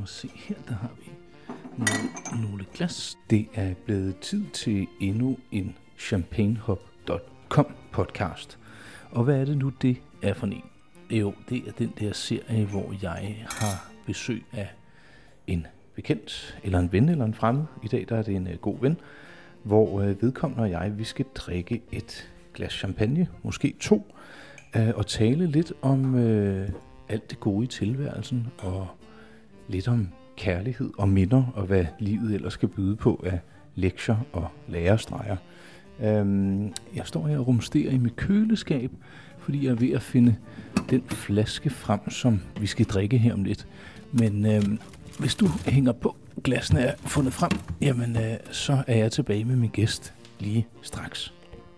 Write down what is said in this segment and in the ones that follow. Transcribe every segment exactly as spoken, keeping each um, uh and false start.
os se her, der har vi nogle, nogle glas. Det er blevet tid til endnu en champagnehop punktum com podcast. Og hvad er det nu, det er for en? Jo, det er den der serie, hvor jeg har besøg af en bekendt, eller en ven, eller en fremmed. I dag der er det en uh, god ven, hvor uh, vedkommende og jeg, vi skal drikke et glas champagne, måske to, uh, og tale lidt om uh, alt det gode i tilværelsen, og lidt om kærlighed og minder, og hvad livet ellers skal byde på af lektier og lærerstreger. Um, jeg står her og rumsterer i mit køleskab, fordi jeg er ved at finde den flaske frem, som vi skal drikke her om lidt. Men øhm, hvis du hænger på, glassene er fundet frem, jamen øh, så er jeg tilbage med min gæst lige straks.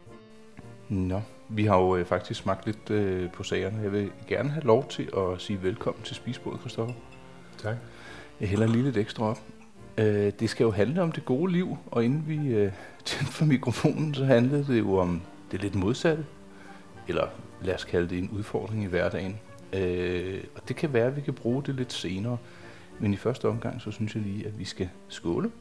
Nå, vi har jo øh, faktisk smagt lidt øh, på sagerne. Jeg vil gerne have lov til at sige velkommen til spisebordet, Christoffer. Tak. Jeg hælder lige lidt ekstra op. Øh, det skal jo handle om det gode liv, og inden vi øh, tændte for mikrofonen, så handlede det jo om det lidt modsatte. Eller lad os kalde det en udfordring i hverdagen. Øh, og det kan være, at vi kan bruge det lidt senere. Men i første omgang, så synes jeg lige, at vi skal skåle.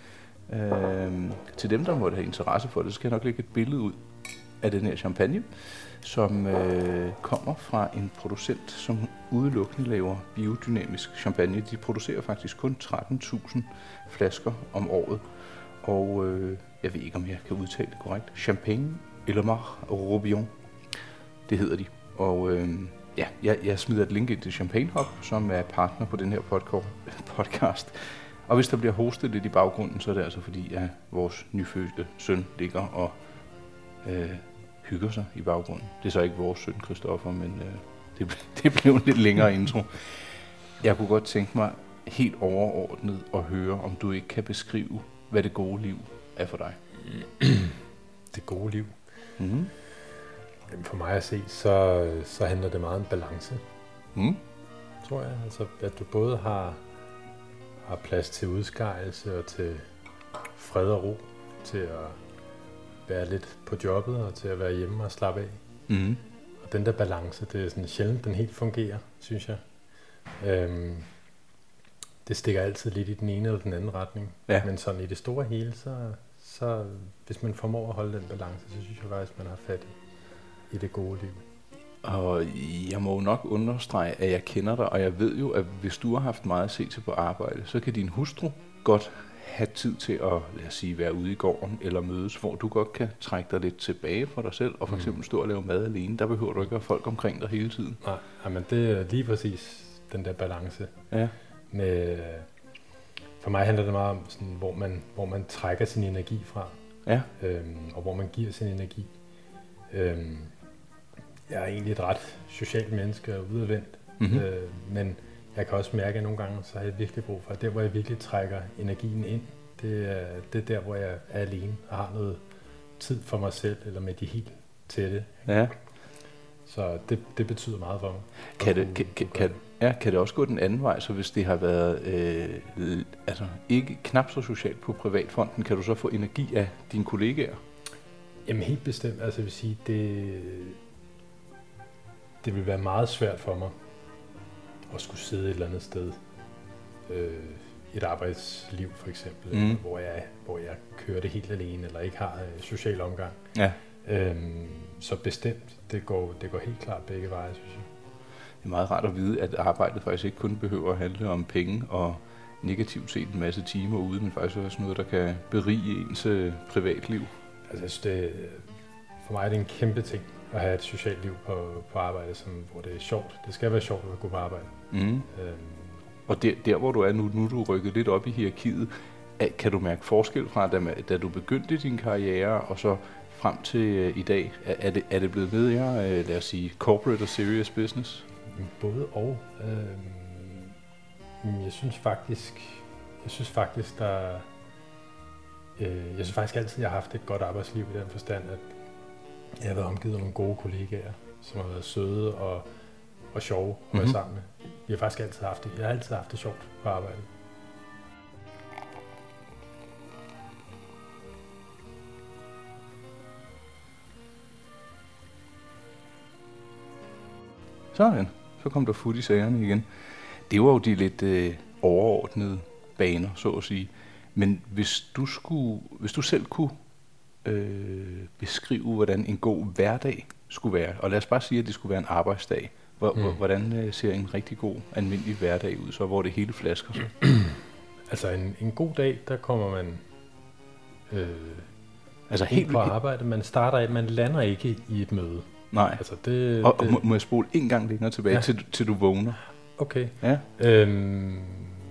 Øh, til dem, der måtte have interesse for det, så skal jeg nok lægge et billede ud af den her champagne, som øh, kommer fra en producent, som udelukkende laver biodynamisk champagne. De producerer faktisk kun tretten tusind flasker om året. Og øh, jeg ved ikke, om jeg kan udtale det korrekt. Champagne Illemar Roubion. Det hedder de. Og øh, ja, jeg, jeg smider et link ind til Champagnehop, som er partner på den her podcast. Og hvis der bliver hostet lidt i baggrunden, så er det altså fordi, at vores nyfødte søn ligger og øh, hygger sig i baggrunden. Det er så ikke vores søn, Christoffer, men øh, det, det blev en lidt længere intro. Jeg kunne godt tænke mig helt overordnet at høre, om du ikke kan beskrive, hvad det gode liv er for dig. Det gode liv? Mm-hmm. For mig at se, så, så handler det meget om balance, mm. tror jeg. Altså, at du både har, har plads til udskejelse og til fred og ro, til at være lidt på jobbet og til at være hjemme og slappe af. Mm. Og den der balance, det er sådan sjældent, den helt fungerer, synes jeg. Øhm, det stikker altid lidt i den ene eller den anden retning. Ja. Men sådan i det store hele, så, så hvis man formår at holde den balance, så synes jeg faktisk, man har fat i. i det gode liv. Og jeg må jo nok understrege, at jeg kender dig, og jeg ved jo, at hvis du har haft meget at se til på arbejde, så kan din hustru godt have tid til at, lad os sige, være ude i gården eller mødes, hvor du godt kan trække dig lidt tilbage for dig selv, og for eksempel stå og lave mad alene. Der behøver du ikke have folk omkring dig hele tiden. Nej, men det er lige præcis den der balance. Ja. Med, for mig handler det meget om, sådan, hvor, man, hvor man trækker sin energi fra, Ja. øhm, og hvor man giver sin energi. Øhm, Jeg er egentlig et ret socialt menneske og udadvendt, Mm-hmm. øh, men jeg kan også mærke, at nogle gange så har jeg virkelig brug for, at der hvor jeg virkelig trækker energien ind, det er, det er der, hvor jeg er alene og har noget tid for mig selv, eller med de helt tætte. Ja. Så det, det betyder meget for mig. Kan det, kan, kan, kan, ja, kan det også gå den anden vej, så hvis det har været øh, altså ikke knap så socialt på privatfronten, kan du så få energi af dine kollegaer? Jamen helt bestemt, altså jeg vil sige, det, det vil være meget svært for mig at skulle sidde et eller andet sted, øh, et arbejdsliv for eksempel, Mm. hvor, jeg, hvor jeg kører det helt alene, eller ikke har øh, social omgang. Ja. Øhm, så bestemt, det går, det går helt klart begge veje, synes jeg. Det er meget rart at vide, at arbejdet faktisk ikke kun behøver at handle om penge og negativt set en masse timer ude, men faktisk også noget, der kan berige ens øh, privatliv. Altså, jeg synes, det, for mig er det en kæmpe ting at have et socialt liv på, på arbejde, som, hvor det er sjovt. Det skal være sjovt at gå på arbejde. Mm. Øhm, Og der, der, hvor du er nu, nu er du rykket lidt op i hierarkiet, kan du mærke forskel fra, da, da du begyndte din karriere, og så frem til uh, i dag? Er, er, det, er det blevet mere, uh, lad os sige, corporate og serious business? Både og. Øhm, jeg synes faktisk, jeg synes faktisk, der, øh, jeg synes faktisk altid, jeg har haft et godt arbejdsliv i den forstand, at jeg har været omgivet af nogle gode kollegaer, som har været søde og, og sjove at være Mhm. sammen med. Vi har faktisk altid haft det. Jeg har altid haft det sjovt på arbejde. Sådan, så kom der fut i sagerne igen. Det var jo de lidt, øh, overordnede baner, så at sige. Men hvis du, skulle, hvis du selv kunne øh, beskrive, hvordan en god hverdag skulle være, og lad os bare sige, at det skulle være en arbejdsdag, hvor, mm. hvordan øh, ser en rigtig god, almindelig hverdag ud, så hvor det hele flasker sig? Altså en, en god dag, der kommer man øh, altså helt på arbejde. Man starter af, man lander ikke i et møde. Nej, altså det, og, det, og må, må jeg spole en gang længere tilbage, ja. til, til du vågner? Okay. Ja. Øhm,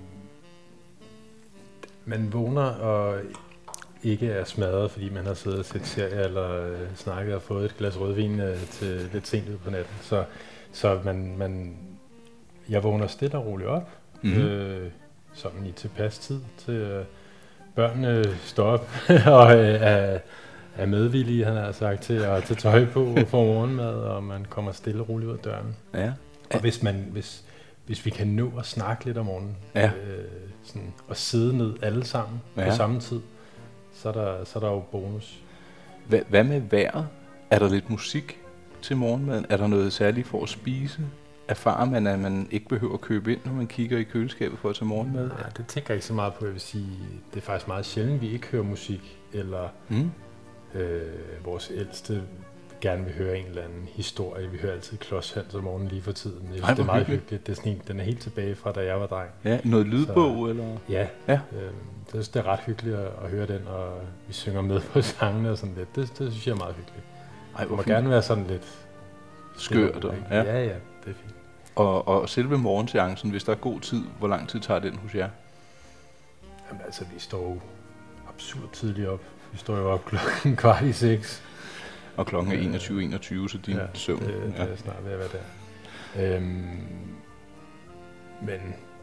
man vågner og ikke er smadret, fordi man har siddet og set serie eller øh, snakket og fået et glas rødvin øh, til lidt sent ud på natten. Så, så man, man, jeg vågner stille og roligt op, mm-hmm. øh, sådan i tilpas tid til øh, børnene står op og øh, er, er medvillige, han har sagt, til at tage tøj på og få morgenmad, og man kommer stille og roligt ud af døren. Ja. Og hvis man hvis hvis vi kan nå at snakke lidt om morgenen, ja. øh, sådan, og sidde ned alle sammen ja. på samme tid, så er der, så er der jo bonus. Hva, hvad med vejret? Er der lidt musik til morgenmaden? Er der noget særligt for at spise? Erfarer man, at man ikke behøver at købe ind, når man kigger i køleskabet for at tage morgenmad? Nej, det tænker jeg ikke så meget på. Jeg vil sige, det er faktisk meget sjældent, vi ikke hører musik, eller mm. øh, vores ældste gerne vil høre en eller anden historie. Vi hører altid Klodshans om morgenen lige for tiden. Jeg synes, Ej, det er meget hyggeligt. hyggeligt. Det er sådan en, den er helt tilbage fra, da jeg var dreng. Ja, noget lydbog, så, eller? Ja, ja. Øh, det, det er ret hyggeligt at, at høre den, og vi synger med på sangene og sådan lidt. Det, det synes jeg er meget hyggeligt. Ej, det må fint. Gerne være sådan lidt skørt. Ja. ja, ja, det er fint. Og, og selve morgenseancen, hvis der er god tid, hvor lang tid tager den hos jer? Jamen altså, vi står jo absurd tidligt op. Vi står jo op klokken kvart i seks. Og klokken er enogtyve enogtyve, så din ja, søvn. Det, det ja, det er snart ved at være der. Øhm, men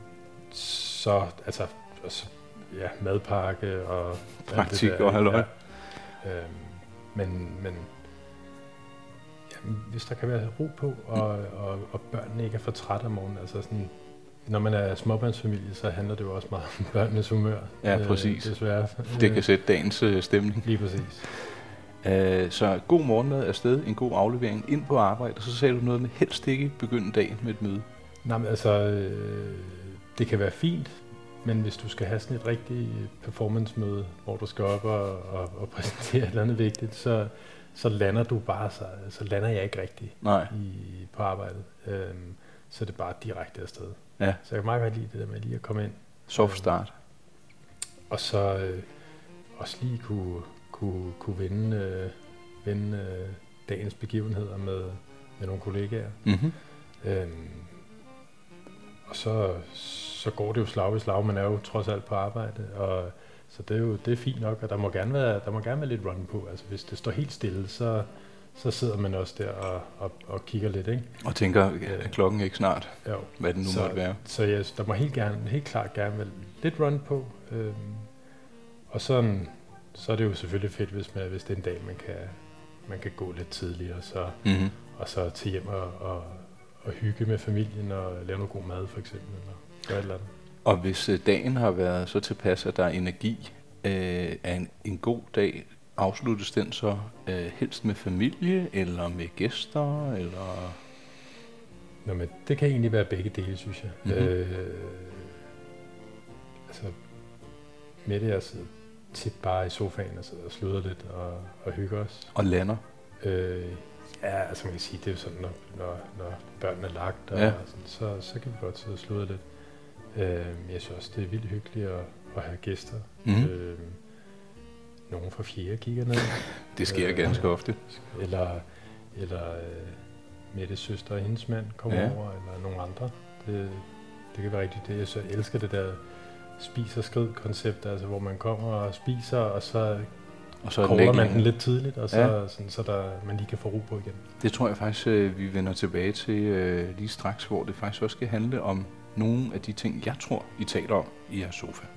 så, altså, altså, ja, madpakke og... Praktik og halløj. Ja. Øhm, men, men ja, hvis der kan være ro på, og, og, og børnene ikke er for trætte om morgenen, altså sådan... Når man er småbørnsfamilie, så handler det jo også meget om børnenes humør. Ja, præcis. Øh, desværre. Det kan sætte dagens øh, stemning. Lige præcis. Uh, så god morgenmad afsted, en god aflevering ind på arbejde, og så sagde du noget med helst ikke begynde dagen med et møde. Nej, men altså, øh, det kan være fint, men hvis du skal have sådan et rigtigt performance-møde, hvor du skal op og, og, og præsentere et eller andet vigtigt, så, så lander du bare, så, så lander jeg ikke rigtigt Nej. I, på arbejdet. Um, så det er bare direkte afsted. Ja. Så jeg kan meget godt lide det der med lige at komme ind. Soft start. Um, og så øh, også lige kunne... kunne, kunne vende, øh, vende øh, dagens begivenheder med, med nogle kollegaer. Mm-hmm. Øhm, og så, så går det jo slag ved slag, man er jo trods alt på arbejde, og så det er jo det er fint nok, og der må gerne være, der må gerne være lidt run på. Altså hvis det står helt stille, så, så sidder man også der og, og, og kigger lidt, ikke? Og tænker, er klokken ikke snart? Jo. Hvad det nu så, måtte være. Så ja, der må helt, gerne, helt klart gerne være lidt run på, øhm, og sådan... Så er det jo selvfølgelig fedt, hvis, man, hvis det er en dag, man kan, man kan gå lidt tidligere, så, mm-hmm. og så til hjem og, og, og hygge med familien og lave noget god mad for eksempel, eller gøre et eller andet. Og hvis dagen har været så tilpas, at der er energi, øh, er en, en god dag, afsluttes den så øh, helst med familie, eller med gæster, eller... Nå, men det kan egentlig være begge dele, synes jeg. Mm-hmm. Øh, altså, med det, jeg sidder tit bare i sofaen og sidder og sluder lidt og, og hygger os. Og lander? Øh, ja, altså man kan sige, det er jo sådan, når, når, når børnene er lagt, og ja. sådan, så, så kan vi godt sidde og slude lidt. Øh, jeg synes også, det er vildt hyggeligt at, at have gæster. Mm-hmm. Øh, nogen fra fjerde kigger ned. Det sker øh, ganske ofte. Eller, eller øh, Mettes søster og hendes mand kommer ja. over, eller nogle andre. Det, det kan være rigtigt det. Jeg, så, jeg elsker det der spis og skrid koncept, altså hvor man kommer og spiser, og så, og så kolder man den lidt tidligt, og så, ja. sådan, så der, man lige kan få ro på igen. Det tror jeg faktisk, vi vender tilbage til øh, lige straks, hvor det faktisk også skal handle om nogle af de ting, jeg tror, I taler om i jeres sofa.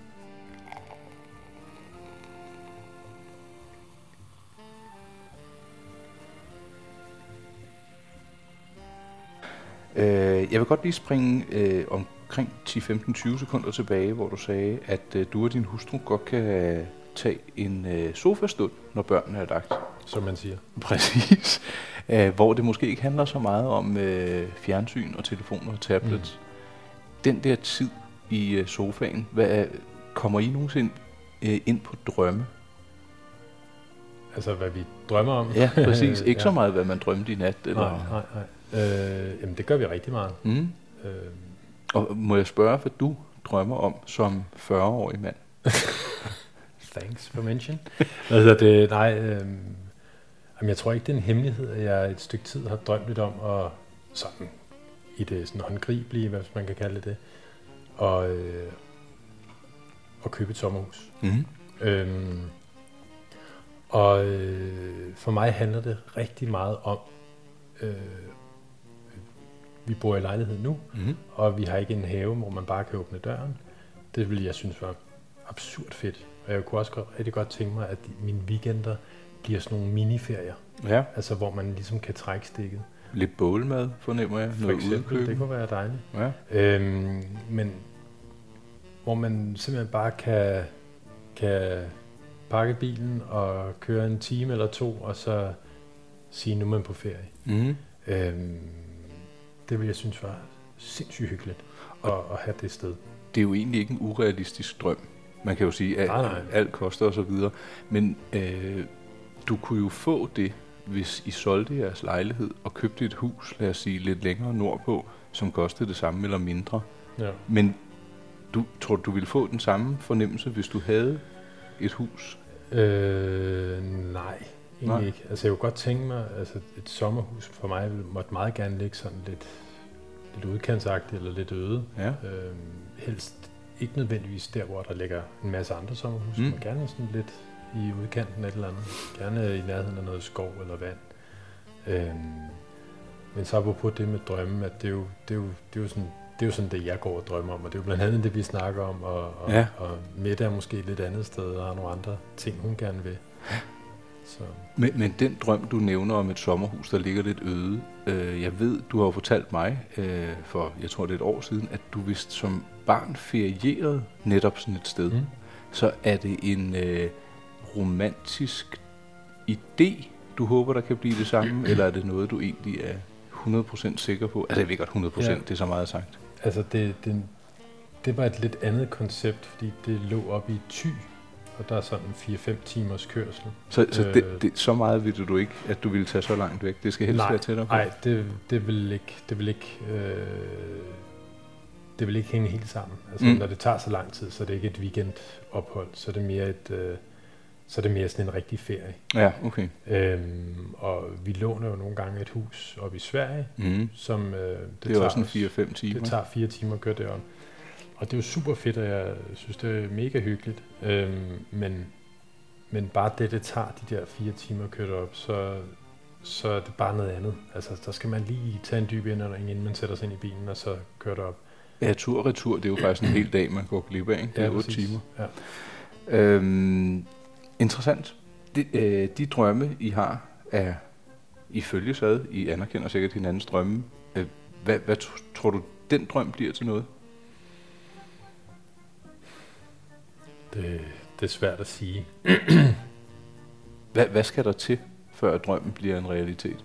Øh, jeg vil godt lige springe øh, om omkring ti femten tyve sekunder tilbage, hvor du sagde, at øh, du og din hustru godt kan tage en øh, sofastund, når børnene er lagt. Som man siger. Præcis. Æh, hvor det måske ikke handler så meget om øh, fjernsyn og telefoner og tablets. Mm. Den der tid i øh, sofaen. Hvad, kommer I nogensinde øh, ind på drømme? Altså, hvad vi drømmer om? Ja, præcis. Ikke ja. så meget, hvad man drømte i nat. Eller? Nej, nej, nej. Øh, jamen, det gør vi rigtig meget. Mm. Øh. Og må jeg spørge, hvad du drømmer om som fyrre-årig mand? Thanks for mention. Altså, det, nej, øh, jamen, jeg tror ikke, det er en hemmelighed, at jeg et stykke tid har drømt lidt om at sådan, i det sådan håndgribelige, hvad man kan kalde det, og, øh, og købe et sommerhus. Mm. Øhm, og øh, for mig handler det rigtig meget om, øh, vi bor i lejlighed nu, mm. og vi har ikke en have, hvor man bare kan åbne døren. Det ville jeg synes var absurd fedt. Og jeg kunne også godt, rigtig godt tænke mig, at mine weekender bliver sådan nogle miniferier. Ja. Altså hvor man ligesom kan trække stikket. Lidt bålmad, fornemmer jeg. For eksempel, det kunne være dejligt. Ja. Øhm, men hvor man simpelthen bare kan, kan pakke bilen og køre en time eller to, og så sige, nu er man på ferie. Mm. Øhm, det vil jeg synes var sindssygt hyggeligt at, at have det sted. Det er jo egentlig ikke en urealistisk drøm. Man kan jo sige, at nej, nej. alt koster og så videre. Men øh, du kunne jo få det, hvis I solgte jeres lejlighed og købte et hus, lad os sige lidt længere nordpå, som kostede det samme eller mindre. Ja. Men du tror du ville få den samme fornemmelse, hvis du havde et hus? Øh, nej, egentlig nej. ikke. Altså jeg kunne godt tænke mig, altså et sommerhus for mig måtte meget gerne ligge sådan lidt, lidt udkantsagtigt eller lidt øde. Ja. Øh, helst ikke nødvendigvis der, hvor der ligger en masse andre sommerhus, mm. men gerne sådan lidt i udkanten af et eller andet. Gerne i nærheden af noget skov eller vand. Øh, men så apropos det med drømme, at det er jo, det er jo, det er jo sådan, det er jo sådan det, jeg går og drømmer om, og det er jo blandt andet det, vi snakker om, og, og, ja. og Mette er måske et lidt andet sted, og har nogle andre ting, hun gerne vil. Så. Men, men den drøm, du nævner om et sommerhus, der ligger lidt øde, øh, jeg ved, du har jo fortalt mig øh, for, jeg tror det er et år siden, at du vist som barn ferierede netop sådan et sted. Mm. Så er det en øh, romantisk idé, du håber, der kan blive det samme, eller er det noget, du egentlig er hundrede procent sikker på? Altså jeg ved godt hundrede procent, ja. Det er så meget sagt. Altså det, det, det var et lidt andet koncept, fordi det lå op i Thy, og der er sådan en fire fem timers kørsel. Så, så øh, det, det, så meget ville du ikke, at du ville tage så langt væk? Det skal helst nej, være tættere på? Nej, det, det vil ikke, det vil ikke, øh, det vil ikke hænge helt sammen. Altså mm. når det tager så lang tid, så er det ikke et weekendophold, så er det mere et, øh, så er det mere sådan en rigtig ferie. Ja, okay. Øhm, og vi låner jo nogle gange et hus op i Sverige, mm. som øh, det, det er tager, også en fire fem timer. Det tager fire timer at køre derop. Og det er jo super fedt, og jeg synes, det er mega hyggeligt. Øhm, men, men bare det, det tager de der fire timer at køre derop, så, så er det bare noget andet. Altså, der skal man lige tage en dyb indånding, inden man sætter sig ind i bilen, og så kører derop. Ja, tur og retur, det er jo faktisk en hel dag, man går glip af, ikke? Det er ja, otte timer. Ja. Øhm, interessant. De, øh, de drømme, I har, er I følges ad. I anerkender sikkert hinandens drømme. Øh, hvad, hvad t- tror du, den drøm bliver til noget? Det, det er svært at sige. hvad, hvad skal der til, før drømmen bliver en realitet?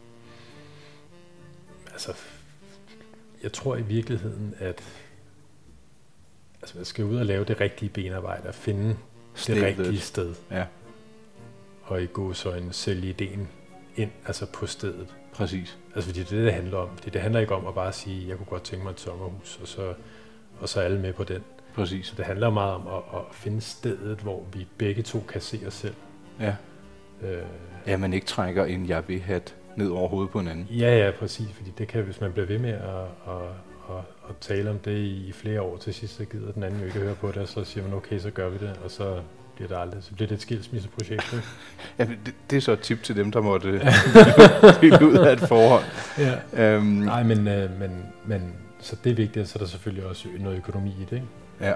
Altså, jeg tror i virkeligheden, at altså, man skal ud og lave det rigtige benarbejde og finde Stedet. det rigtige sted. Ja. Og i gåseøjne sælge ideen ind, altså på stedet. Præcis. Altså fordi det er det, det handler om. Fordi det handler ikke om at bare sige, jeg kunne godt tænke mig et sommerhus, og så, og så er alle med på den. Præcis. Så det handler meget om at, at finde stedet, hvor vi begge to kan se os selv. Ja. Øh, ja, man ikke trækker en jeg vil hat ned over hovedet på en anden. Ja, ja, præcis. Fordi det kan, hvis man bliver ved med at, at, at, at tale om det i flere år, til sidst så gider den anden jo ikke at høre på det, og så siger man, okay, så gør vi det, og så bliver det aldrig. Så bliver det et skilsmisseprojekt. ja, det, det er så et tip til dem, der måtte blive ud af et forhold. Ja. Øhm, Nej, men, øh, men, men så det er vigtigt, så er der selvfølgelig også noget økonomi i det, ikke? Ja.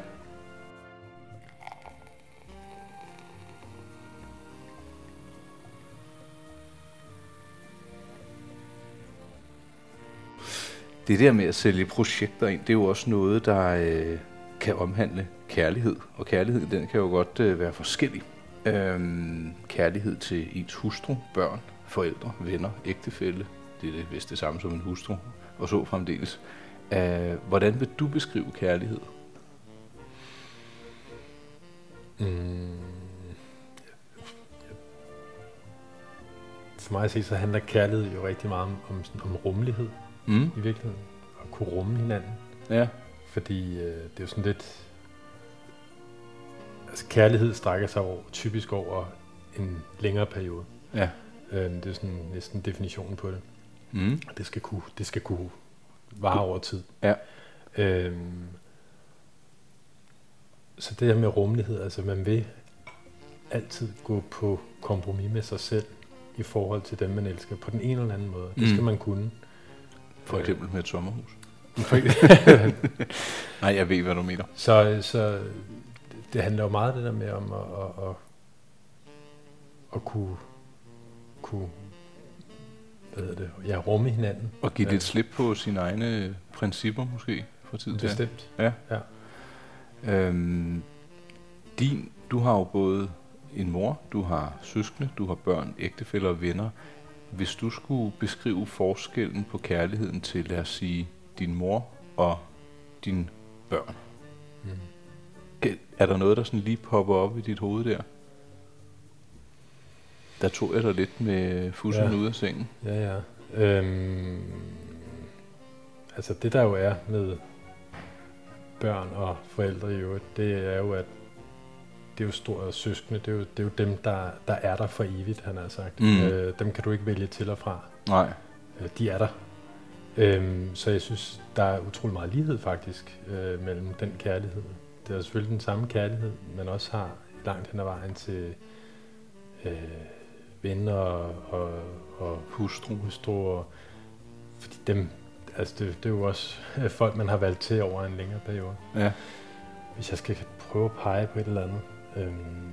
Det der med at sælge projekter ind, det er jo også noget, der øh, kan omhandle kærlighed. Og kærligheden, den kan jo godt øh, være forskellig. Øhm, kærlighed til ens hustru, børn, forældre, venner, ægtefælle. Det er det, vist det samme som en hustru, og så fremdeles. Øh, hvordan vil du beskrive kærlighed? Mm. For mig at se, så handler kærlighed jo rigtig meget om, om, sådan, om rummelighed Mm. i virkeligheden. At kunne rumme hinanden. Ja. Fordi øh, det er jo sådan lidt... Altså kærlighed strækker sig over, typisk over en længere periode. Ja. Øh, det er sådan næsten definitionen på det. Mm. Det skal kunne, det skal kunne vare over tid. Ja. Øhm, så det her med rummelighed, altså man vil altid gå på kompromis med sig selv i forhold til dem, man elsker, på den ene eller anden måde. Det skal Mm. man kunne. For eksempel med et sommerhus. Øh, Nej, jeg ved, hvad du mener. så, så det handler jo meget det der med om at, at, at, at kunne, kunne hvad hedder det, ja, rumme hinanden. Og give Ja. lidt slip på sine egne principper, måske, for tid til. Bestemt. Ja. Ja. Øhm, din, du har jo både en mor, du har søskende, du har børn, ægtefæller og venner. Hvis du skulle beskrive forskellen på kærligheden til, lad os sige, din mor og dine børn, Mm. Kan- er der noget, der sådan lige popper op i dit hoved der? Der tog jeg dig lidt med fussen Ja. ud af sengen. Ja, ja. Øhm, altså det der jo er med børn og forældre i øvrigt, det er jo, at det er jo store søskende, det er jo, det er jo dem, der, der er der for evigt, han har sagt. Mm. Øh, dem kan du ikke vælge til og fra. Nej. Øh, de er der. Øhm, så jeg synes, der er utrolig meget lighed faktisk øh, mellem den kærlighed. Det er selvfølgelig den samme kærlighed, man også har langt hen ad vejen til øh, venner og, og, og Hustru. hustru. Og, fordi dem, altså det, det er jo også folk, man har valgt til over en længere periode. Ja. Hvis jeg skal prøve at pege på et eller andet. Øhm,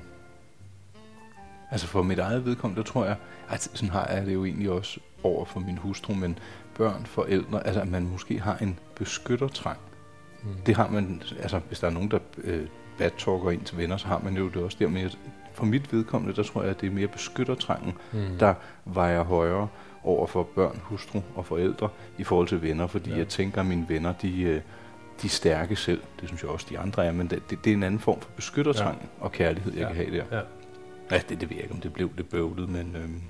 Altså for mit eget vedkommende, der tror jeg, at sådan har jeg det jo egentlig også over for min hustru, men børn, forældre, altså at man måske har en beskyttertrang. mm, Det har man, altså hvis der er nogen, der øh, bad-talker ind til venner, så har man jo det også der. Men jeg, for mit vedkommende, der tror jeg, at det er mere beskyttertrangen, mm, der vejer højere over for børn, hustru og forældre i forhold til venner. Fordi Ja. jeg tænker, at mine venner, de, øh, de er stærke selv. Det synes jeg også, de andre er. Men det, det, det er en anden form for beskyttertrang ja. og kærlighed, jeg Ja. kan have der. Ja. Ja, det, det ved jeg ikke, om det blev lidt bøvlet, men... Øhm,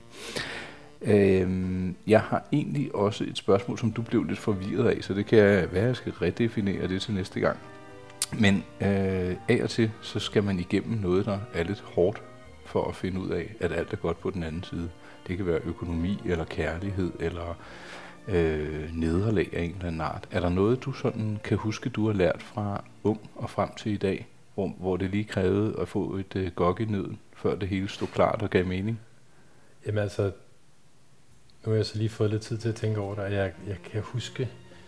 øhm, jeg har egentlig også et spørgsmål, som du blev lidt forvirret af, så det kan jeg være, jeg skal redefinere det til næste gang. Men øh, af og til, så skal man igennem noget, der er lidt hårdt, for at finde ud af, at alt er godt på den anden side. Det kan være økonomi, eller kærlighed, eller øh, nederlag af en eller anden art. Er der noget, du sådan kan huske, du har lært fra ung og frem til i dag, hvor, hvor det lige krævede at få et øh, gok i nøden, før det hele stod klart og gav mening? Jamen altså, nu har jeg så lige fået lidt tid til at tænke over det, og jeg, jeg kan huske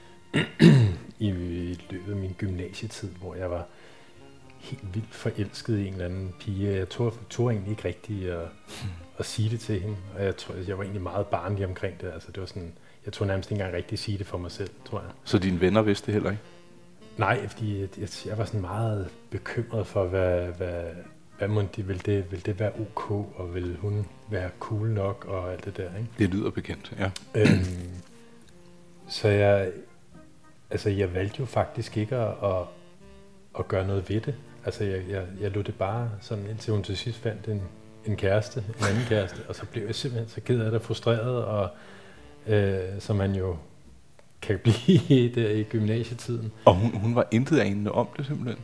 i, i løbet af min gymnasietid, hvor jeg var helt vildt forelsket i en eller anden pige. Jeg tog, tog egentlig ikke rigtigt at, at sige det til hende, og jeg, tror, jeg var egentlig meget barnlig omkring det. Altså, det var sådan, jeg tog nærmest ikke engang rigtig sige det for mig selv, tror jeg. Så dine venner vidste det heller ikke? Nej, fordi jeg, jeg, jeg var sådan meget bekymret for, hvad, hvad, hvad må de, vil, det, vil det være ok, og vil hun være cool nok, og alt det der, ikke? Det lyder bekendt, ja. Øhm, så jeg, altså jeg valgte jo faktisk ikke at, at, at gøre noget ved det. Altså jeg, jeg, jeg lod det bare sådan, indtil hun til sidst fandt en, en kæreste, en anden kæreste, og så blev jeg simpelthen så ked af det, frustreret, og øh, som man jo kan blive der i gymnasietiden. Og hun, hun var intet anende om det simpelthen?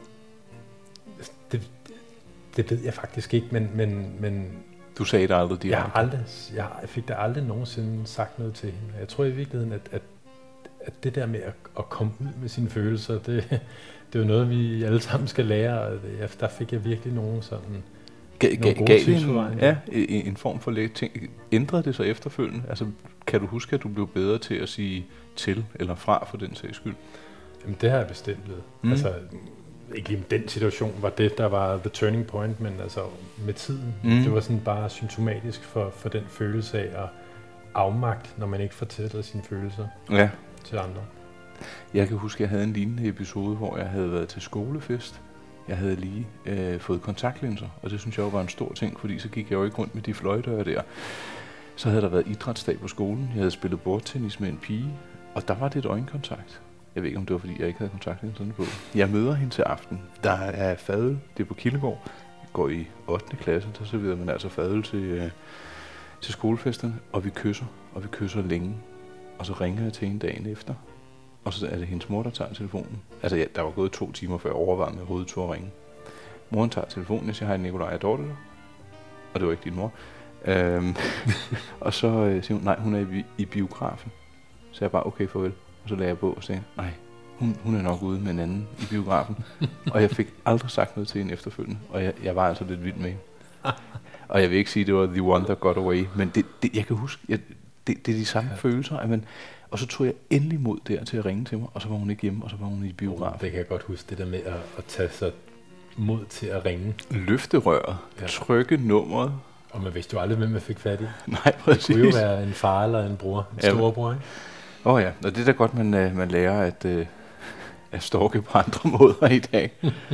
Det, det ved jeg faktisk ikke, men, men, men Du sagde det aldrig direkte? jeg, har aldrig, jeg fik da aldrig nogensinde sagt noget til hende. Jeg tror i virkeligheden, at, at, at det der med at, at komme ud med sine følelser, det, det er jo noget, vi alle sammen skal lære. Og det, der fik jeg virkelig nogen sådan... Gav, gav, gav det en, tidsforvejninger. ja, en, en form for lidt ting. Ændrede det så efterfølgende? Altså, kan du huske, at du blev bedre til at sige til eller fra for den sags skyld? Jamen, det har jeg bestemt blevet. Mm. Altså, ikke lige den situation var det, der var the turning point, men altså med tiden. Mm. Det var sådan bare symptomatisk for, for den følelse af at afmagt, når man ikke fortæller sine følelser Ja. til andre. Jeg kan huske, at jeg havde en lignende episode, hvor jeg havde været til skolefest. Jeg havde lige øh, fået kontaktlinser, og det synes jeg jo var en stor ting, fordi så gik jeg jo ikke rundt med de fløjdøre der. Så havde der været idrætsdag på skolen. Jeg havde spillet bordtennis med en pige, og der var det et øjenkontakt. Jeg ved ikke, om det var, fordi jeg ikke havde kontakt med hende på. Jeg møder hende til aften. Der er fadøl. Det er på Kildegård. Jeg går i ottende klasse. Der serverer man altså fadøl til, øh, til skolefesterne. Og vi kysser. Og vi kysser længe. Og så ringer jeg til hende dagen efter. Og så er det hendes mor, der tager telefonen. Altså, ja, der var gået to timer, før jeg overvejede med hovedet tog at ringe. Moren tager telefonen. Jeg siger, hej Nikolaj, er Dorte der? Og det var ikke din mor. Øhm, og så øh, siger hun, nej, hun er i, i biografen. Så jeg bare, okay, farvel. Og så lagde jeg på og sagde, nej, hun, hun er nok ude med en anden i biografen. Og jeg fik aldrig sagt noget til hende efterfølgende. Og jeg, jeg var altså lidt vild med hende. Og jeg vil ikke sige, at det var the one that got away. Men det, det, jeg kan huske, jeg, det, det er de samme ja. følelser. At man, og så tog jeg endelig mod der til at ringe til mig. Og så var hun ikke hjemme, og så var hun i biografen. Oh, det kan jeg godt huske, det der med at, at tage sig mod til at ringe. Løfte røret, ja. Trykke nummeret. Og man vidste jo aldrig, hvem man fik fat i. Nej, præcis. Det kunne jo være en far eller en bror, en ja, storebror, ikke? Åh oh ja, og det er da godt, man, man lærer at, uh, at stalke på andre måder i dag.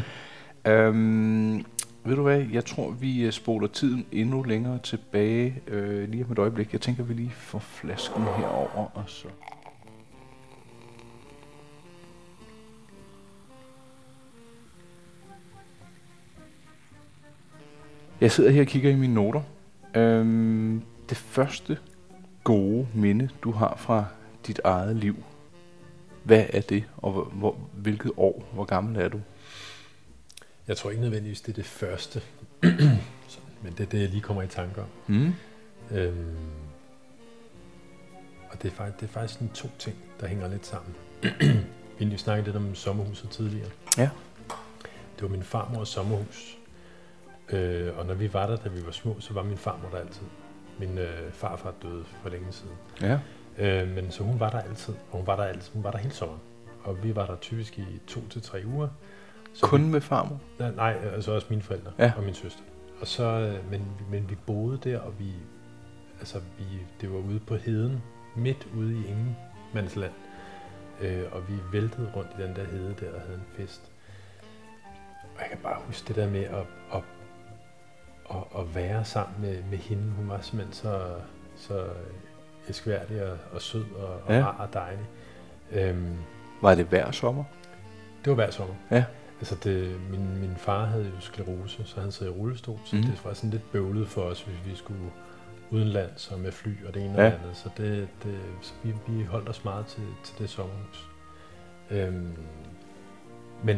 um, ved du hvad, jeg tror, vi spoler tiden endnu længere tilbage uh, lige om et øjeblik. Jeg tænker, vi lige får flasken herover og så... Jeg sidder her og kigger i mine noter. Um, det første gode minde, du har fra dit eget liv, hvad er det, og hvor, hvor, hvilket år, hvor gammel er du? Jeg tror ikke nødvendigvis, det er det første, men det er det, jeg lige kommer i tanke om. Mm. Øhm, og det er, faktisk, det er faktisk sådan to ting, der hænger lidt sammen. Vi snakkede lidt om sommerhuset tidligere. Ja. Det var min farmors sommerhus. Øh, og når vi var der, da vi var små, så var min farmor der altid. Min øh, farfar døde for længe siden. Ja. Øh, men så hun var der altid, og hun var der altid. Hun var der hele sommeren. Og vi var der typisk i to til tre uger. Så Kun vi, med farmor? Nej, altså også mine forældre ja. og min søster. Og så, øh, men, men vi boede der, og vi, altså vi, det var ude på heden, midt ude i ingenmandsland. Øh, og vi væltede rundt i den der hede der og havde en fest. Og jeg kan bare huske det der med at, at, at, at være sammen med, med hende. Hun var simpelthen så, så elskværdig og, og sød og, og ja. rar og dejlig. Øhm, var det hver sommer? Det var hver sommer. Ja. Altså det, min, min far havde jo sklerose, så han sad i rullestol, så mm. det var sådan lidt bøvlet for os, hvis vi skulle udenlands og med fly og det ene ja. og det andet. Så, det, det, så vi, vi holdt os meget til, til det sommerhus. Øhm, men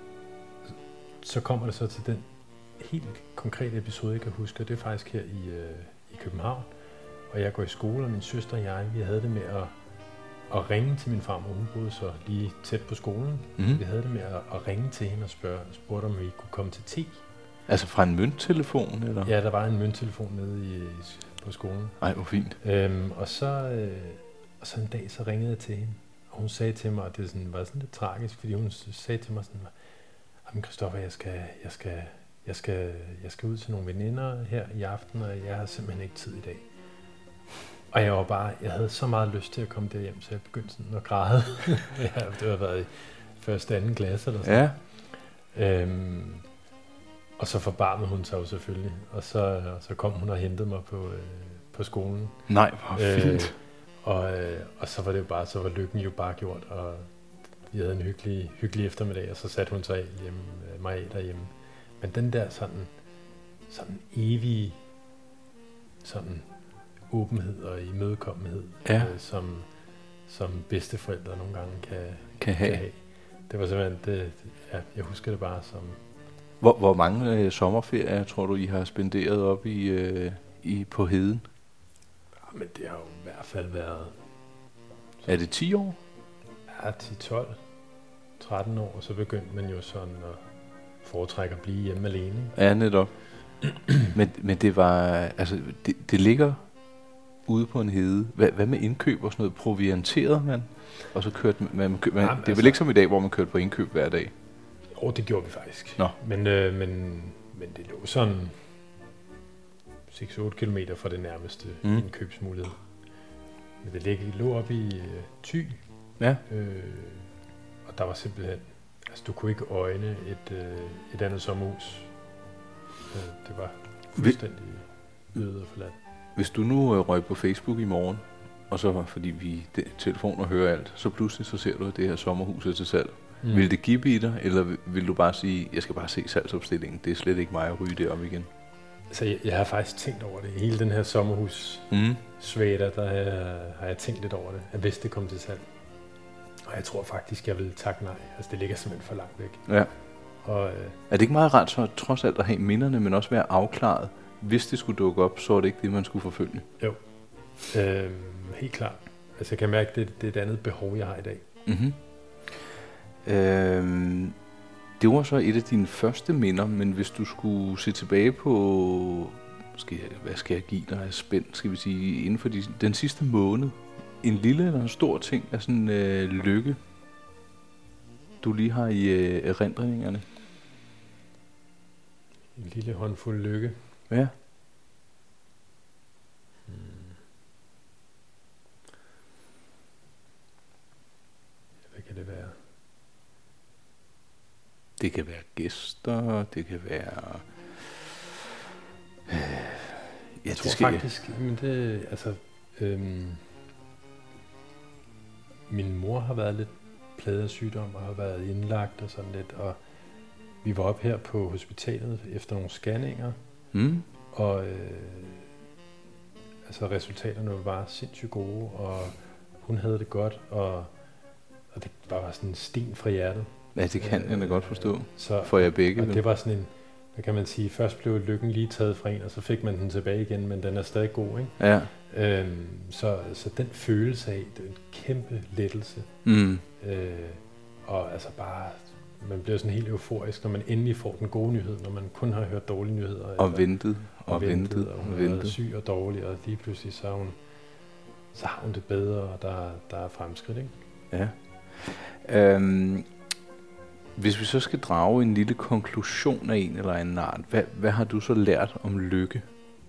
så kommer det så til den helt konkrete episode, jeg kan huske, og det er faktisk her i, øh, i København. Og jeg går i skole, og min søster og jeg, vi havde det med at, at ringe til min farmor. Hun boede så lige tæt på skolen. Mm. Vi havde det med at, at ringe til hende og spørge, spurgte, om vi kunne komme til te. Altså fra en mønttelefon, eller? Ja, der var en mønttelefon nede i, på skolen. Ej, hvor fint. Øhm, og, så, øh, og så en dag, så ringede jeg til hende. Og hun sagde til mig, og det sådan, var sådan lidt tragisk, fordi hun sagde til mig sådan, jamen Christoffer, jeg skal, jeg skal, jeg skal, jeg skal ud til nogle veninder her i aften, og jeg har simpelthen ikke tid i dag. Og jeg var bare, jeg havde så meget lyst til at komme derhjem, så jeg begyndte sådan at græde. Ja, det har været i første anden klasse eller sådan. Ja. Øhm, og så forbarmede hun sig jo selvfølgelig, og så, og så kom hun og hentede mig på, øh, på skolen. Nej, hvor fint. Øh, og, øh, og så var det jo bare, så var lykken jo bare gjort, og vi havde en hyggelig, hyggelig eftermiddag, og så satte hun sig af hjemme, mig af derhjemme. Men den der sådan, sådan evige sådan åbenhed og imødekommenhed, ja. øh, som, som bedsteforældre nogle gange kan, kan, have. kan have. Det var simpelthen, det, ja, jeg husker det bare som... Hvor, hvor mange øh, sommerferier tror du, I har spenderet op i, øh, i på heden? Ja, men det har jo i hvert fald været... Er det ti år? Ja, ti, tolv, tretten år, og så begyndte man jo sådan at foretrække at blive hjemme alene. Ja, netop. men, men det var, altså, det, det ligger ude på en hede. Hvad, hvad med indkøb og sådan noget? Provianterede man? Og så kørte man, man, køb, man Jamen, det er altså, vel ikke som i dag, hvor man kørte på indkøb hver dag? Åh, oh, det gjorde vi faktisk. Nå. Men, øh, men, men det lå sådan seks otte kilometer fra det nærmeste mm. indkøbsmulighed. Men det lå, lå op i øh, Thy. Ja. Øh, og der var simpelthen, altså du kunne ikke øjne et, øh, et andet sommerhus. Øh, det var fuldstændig øde og forladt. Hvis du nu øh, røg på Facebook i morgen, og så fordi vi de, telefoner hører alt, så pludselig så ser du, at det her sommerhus er til salg. Mm. Vil det give i dig, eller vil du bare sige, jeg skal bare se salgsopstillingen, det er slet ikke mig at ryge det op igen? Så jeg, jeg har faktisk tænkt over det. Hele den her sommerhus mm. svæter, der har jeg, har jeg tænkt lidt over det, at hvis det kom til salg. Og jeg tror faktisk, jeg vil takke nej. Altså det ligger simpelthen for langt væk. Ja. Og, øh, er det ikke meget rart så trods alt at have minderne, men også være afklaret? Hvis det skulle dukke op, så er det ikke det, man skulle forfølge. Jo, øh, helt klart. Altså jeg kan mærke, at det, det er et andet behov, jeg har i dag. Mm-hmm. Øh, det var så et af dine første minder, men hvis du skulle se tilbage på, skal jeg, hvad skal jeg give dig af spænd, skal vi sige, inden for de, den sidste måned, en lille eller en stor ting af sådan øh, lykke, du lige har i øh, erindringerne? En lille håndfuld lykke. Ja. Hmm. Hvad kan det være? Det kan være gæster, det kan være... Øh, ja, jeg tror det skal faktisk, jeg... men det, altså... Øhm, min mor har været lidt plaget af sygdom og har været indlagt og sådan lidt, og vi var op her på hospitalet efter nogle scanninger, mm. og øh, altså resultaterne var bare sindssygt gode, og hun havde det godt, og, og det var bare sådan en sten fra hjertet. Ja, det kan øh, jeg da godt forstå, så, for jer begge. Og det var sådan en, hvad kan man sige, først blev lykken lige taget fra en, og så fik man den tilbage igen, men den er stadig god, ikke? Ja. Øhm, så, så den følelse af, det er en kæmpe lettelse. Mm. Øh, og altså bare, man bliver sådan helt euforisk, når man endelig får den gode nyhed, når man kun har hørt dårlige nyheder. Og eller, ventet, og, og ventet, ventet, og hun har været syg og dårlig, og lige pludselig så har hun, så har hun det bedre, og der, der er fremskridt, ikke? Ja. Øhm, hvis vi så skal drage en lille konklusion af en eller anden art, hvad, hvad har du så lært om lykke?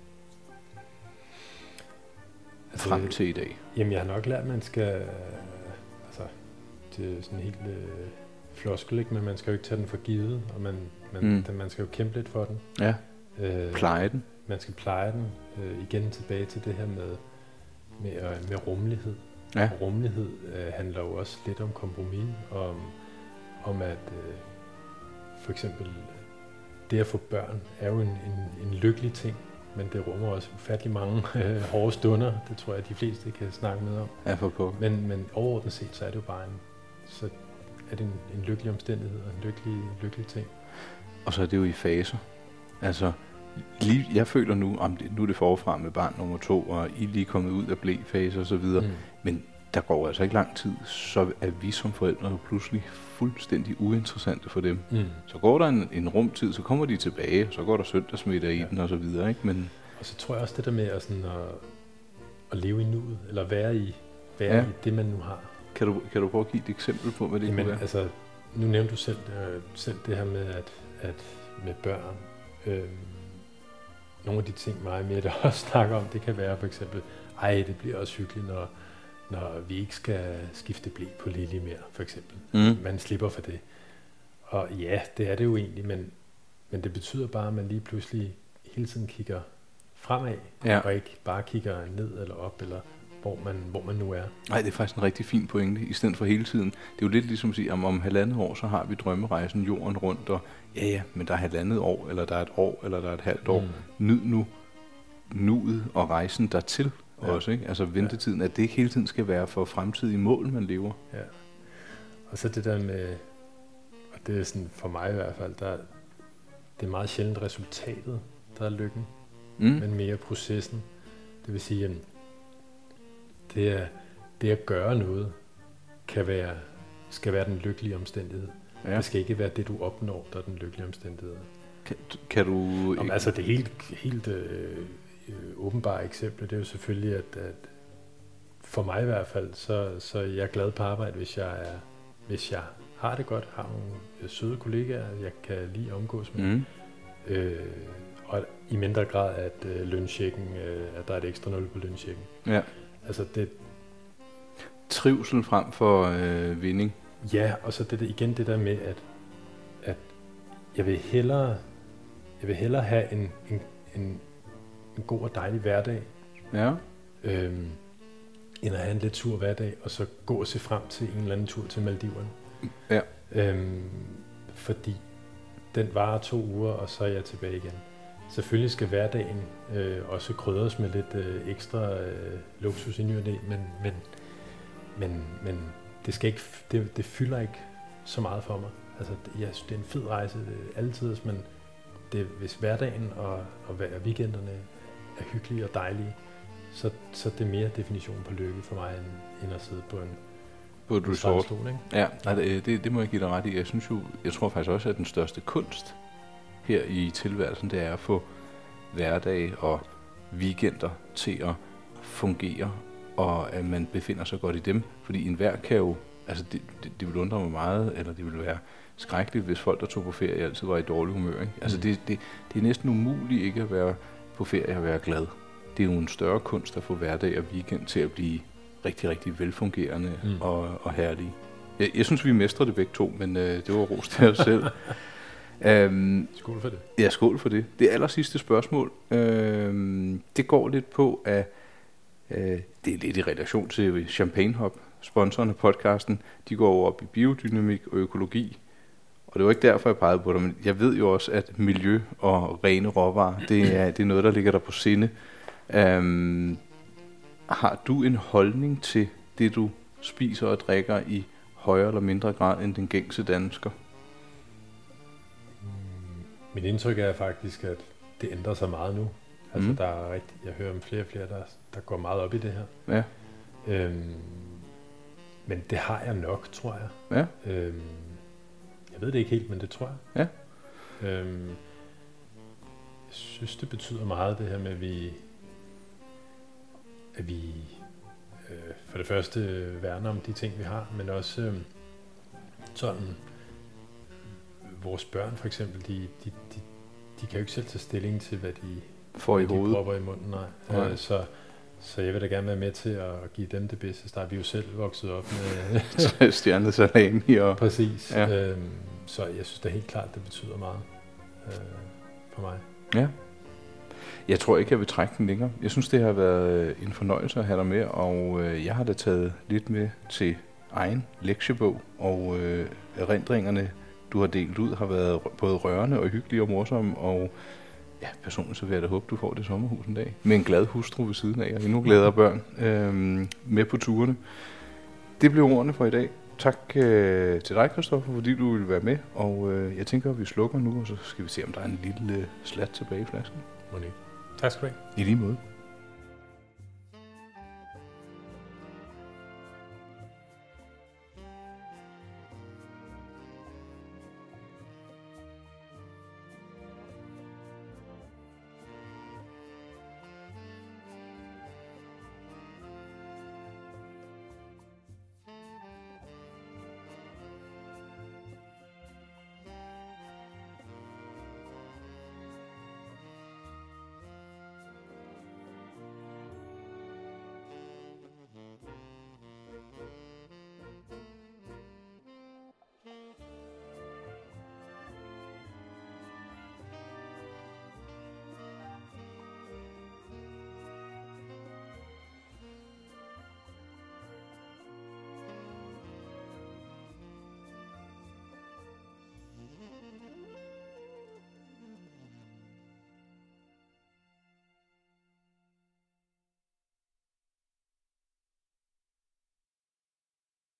Altså, frem til i dag? Jamen, jeg har nok lært, at man skal, altså, det er sådan helt øh, floskel, ikke? Men man skal jo ikke tage den for givet, og man, man, mm. den, man skal jo kæmpe lidt for den. Ja, øh, pleje den. Man skal pleje den. Øh, igen tilbage til det her med, med, øh, med rummelighed. Ja. Og rummelighed øh, handler jo også lidt om kompromis, om, om at øh, for eksempel det at få børn er jo en, en, en lykkelig ting, men det rummer også ufattelig mange øh, hårde stunder. Det tror jeg, de fleste kan snakke med om. Ja, for på. Men, men overordnet set, så er det jo bare en, så er det en, en lykkelig omstændighed og en lykkelig, lykkelig ting. Og så er det jo i faser. Altså, lige, jeg føler nu, om det, nu er det forfra med barn nummer to, og I er lige kommet ud af blæfase og så videre. Mm. Men der går altså ikke lang tid, så er vi som forældre jo pludselig fuldstændig uinteressante for dem. Mm. Så går der en, en rumtid, så kommer de tilbage, så går der søndagsmiddag i ja. den og så videre, ikke? Men og så tror jeg også det der med at, sådan, at, at leve i nuet, eller være i, være ja. i det, man nu har. Kan du, kan du prøve at give et eksempel på, hvad det Jamen, kunne være? Altså, nu nævnte du selv, øh, selv det her med, at, at med børn, øh, nogle af de ting, mig og Mette også snakker om, det kan være for eksempel, ej, det bliver også hyggeligt, når når vi ikke skal skifte ble på Lily mere, for eksempel. Mm. Man slipper for det. Og ja, det er det jo egentlig, men, men det betyder bare, at man lige pludselig hele tiden kigger fremad, ja. og ikke bare kigger ned eller op, eller hvor man, hvor man nu er. Nej, det er faktisk en rigtig fin pointe, i stedet for hele tiden. Det er jo lidt ligesom at sige, om om halvandet år, så har vi drømmerejsen jorden rundt, og ja, ja, men der er halvandet år, eller der er et år, eller der er et halvt år. Mm. Nyd nu nuet og rejsen dertil. Ja. Også, ikke? Altså ventetiden, ja. At det ikke hele tiden skal være for fremtidige mål, man lever. Ja. Og så det der med, og det er sådan for mig i hvert fald, der, det er meget sjældent resultatet, der er lykken, mm. men mere processen. Det vil sige, at det, er, det at gøre noget, kan være, skal være den lykkelige omstændighed. Ja. Det skal ikke være det, du opnår, der er den lykkelige omstændighed. Kan, kan du... Om, altså det helt, helt øh, øh, åbenbare eksempel, det er jo selvfølgelig, at, at for mig i hvert fald, så, så er jeg glad på arbejde, hvis jeg, er, hvis jeg har det godt, har nogle øh, søde kollegaer, jeg kan lige omgås med. Mm. Øh, og i mindre grad, at øh, lønchecken, øh, at der er et ekstra nul på lønchecken. Ja. Altså det... Trivsel frem for øh, vinding. Ja, og så det, det, igen det der med, at, at jeg vil hellere, jeg vil hellere have en, en, en, en god og dejlig hverdag, ja. øhm, end at have en lidt tur hverdag, og så gå og se frem til en eller anden tur til Maldiverne. Ja. Øhm, fordi den varer to uger, og så er jeg tilbage igen. Selvfølgelig skal hverdagen øh, også krydres med lidt øh, ekstra øh, luksus i ny og næ, men, men, men, men det, skal ikke, det, det fylder ikke så meget for mig. Altså, jeg synes, det er en fed rejse altid, men det, hvis hverdagen og, og weekenderne er hyggelige og dejlige, så, så det er mere definition på lykke for mig, end, end at sidde på en, på et resort. Stol, ikke? Ja, nej, det, det, det må jeg give dig ret i. Jeg synes jo, jeg tror faktisk også, at den største kunst her i tilværelsen, det er at få hverdag og weekender til at fungere, og at man befinder sig godt i dem. Fordi enhver kan jo, altså det, det, det vil undre mig meget, eller det vil være skrækkeligt, hvis folk, der tog på ferie, altid var i dårlig humør. Ikke? Altså det, det, det er næsten umuligt ikke at være på ferie og være glad. Det er jo en større kunst at få hverdag og weekend til at blive rigtig, rigtig velfungerende mm. og, og herlige. Jeg, jeg synes, vi mestrer det begge to, men øh, det var ros til os selv. Um, skål for det. Ja, skål for det. Det aller sidste spørgsmål, um, det går lidt på, at uh, det er lidt i relation til Champagne Hop, sponsoren af podcasten. De går over op i biodynamik og økologi. Og det var ikke derfor, jeg pegede på det, men jeg ved jo også, at miljø og rene råvarer, det er, det er noget, der ligger der på sinde. Um, har du en holdning til det, du spiser og drikker i højere eller mindre grad end den gængse dansker? Min indtryk er faktisk, at det ændrer sig meget nu. Altså, mm. der er rigtig, jeg hører om flere og flere, der, der går meget op i det her. Ja. Øhm, men det har jeg nok, tror jeg. Ja. Øhm, jeg ved det ikke helt, men det tror jeg. Ja. Øhm, jeg synes, det betyder meget, det her med, at vi, at vi øh, for det første værner om de ting, vi har, men også øh, sådan... Vores børn for eksempel, de, de, de, de kan jo ikke selv tage stilling til, hvad de får i de hovedet. propper i munden. Nej. Nej. Øh, så, så jeg vil da gerne være med til at give dem det bedste start. Vi er jo selv vokset op med stjernet salami. Og... Præcis. Ja. Øhm, så jeg synes da helt klart, det betyder meget øh, for mig. Ja. Jeg tror ikke, jeg vil trække den længere. Jeg synes, det har været en fornøjelse at have dig med, og øh, jeg har da taget lidt med til egen lektiebog, og øh, erindringerne, du har delt ud, har været både rørende og hyggelige og morsomme, og ja, personligt så vil jeg da håbe, du får det sommerhus en dag, med en glad hustru ved siden af, og endnu gladere børn øhm, med på turene. Det blev ordene for i dag. Tak øh, til dig, Christoffer, fordi du ville være med, og øh, jeg tænker, at vi slukker nu, og så skal vi se, om der er en lille øh, slat tilbage i flasken. Tak skal du have. I lige måde.